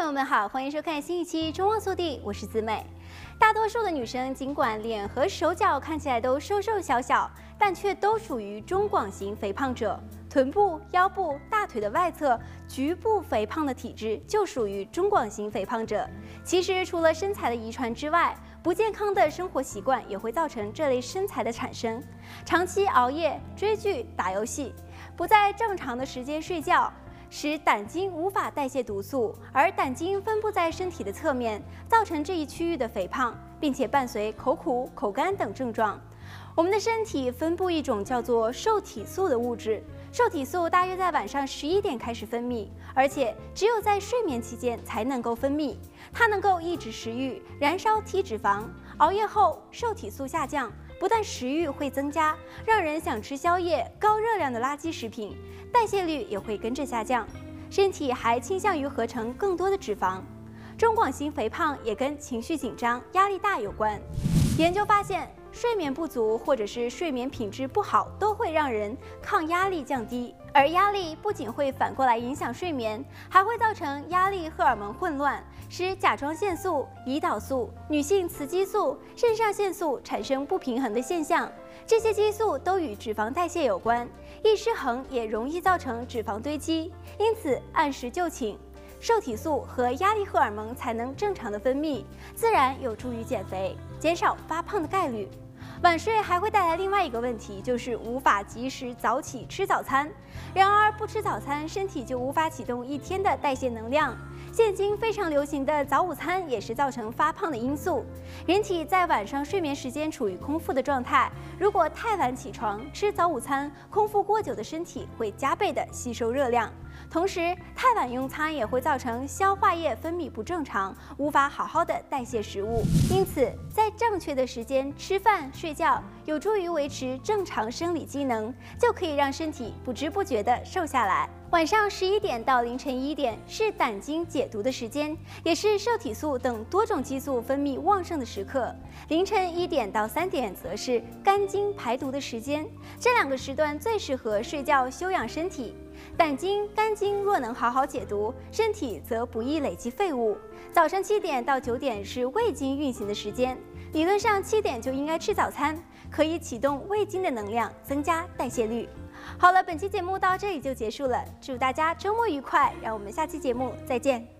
友们好，欢迎收看新一期《中望速递》，我是子美。大多数的女生尽管脸和手脚看起来都瘦瘦小小，但却都属于中广型肥胖者。臀部、腰部、大腿的外侧局部肥胖的体质就属于中广型肥胖者。其实除了身材的遗传之外，不健康的生活习惯也会造成这类身材的产生。长期熬夜、追剧、打游戏，不在正常的时间睡觉，使胆经无法代谢毒素，而胆经分布在身体的侧面，造成这一区域的肥胖，并且伴随口苦、口干等症状。我们的身体分布一种叫做受体素的物质，受体素大约在晚上11点开始分泌，而且只有在睡眠期间才能够分泌。它能够抑制食欲，燃烧体脂肪。熬夜后，受体素下降，不但食欲会增加，让人想吃宵夜、高热量的垃圾食品，代谢率也会跟着下降，身体还倾向于合成更多的脂肪。中广型肥胖也跟情绪紧张、压力大有关。研究发现，睡眠不足或者是睡眠品质不好，都会让人抗压力降低。而压力不仅会反过来影响睡眠，还会造成压力荷尔蒙混乱，使甲状腺素、胰岛素、女性雌激素、肾上腺素产生不平衡的现象。这些激素都与脂肪代谢有关，一失衡也容易造成脂肪堆积。因此，按时就寝，受体素和压力荷尔蒙才能正常的分泌，自然有助于减肥，减少发胖的概率。晚睡还会带来另外一个问题，就是无法及时早起吃早餐。然而不吃早餐，身体就无法启动一天的代谢能量。现今非常流行的早午餐也是造成发胖的因素。人体在晚上睡眠时间处于空腹的状态，如果太晚起床吃早午餐，空腹过久的身体会加倍的吸收热量。同时，太晚用餐也会造成消化液分泌不正常，无法好好的代谢食物。因此，在正确的时间吃饭、睡觉，有助于维持正常生理机能，就可以让身体不知不觉的瘦下来。晚上11点到凌晨1点是胆经解毒的时间，也是受体素等多种激素分泌旺盛的时刻。凌晨1点到3点则是肝经排毒的时间，这两个时段最适合睡觉休养身体。胆经、肝经若能好好解毒，身体则不易累积废物。早上7点到9点是胃经运行的时间，理论上7点就应该吃早餐，可以启动胃经的能量，增加代谢率。好了，本期节目到这里就结束了，祝大家周末愉快，让我们下期节目再见。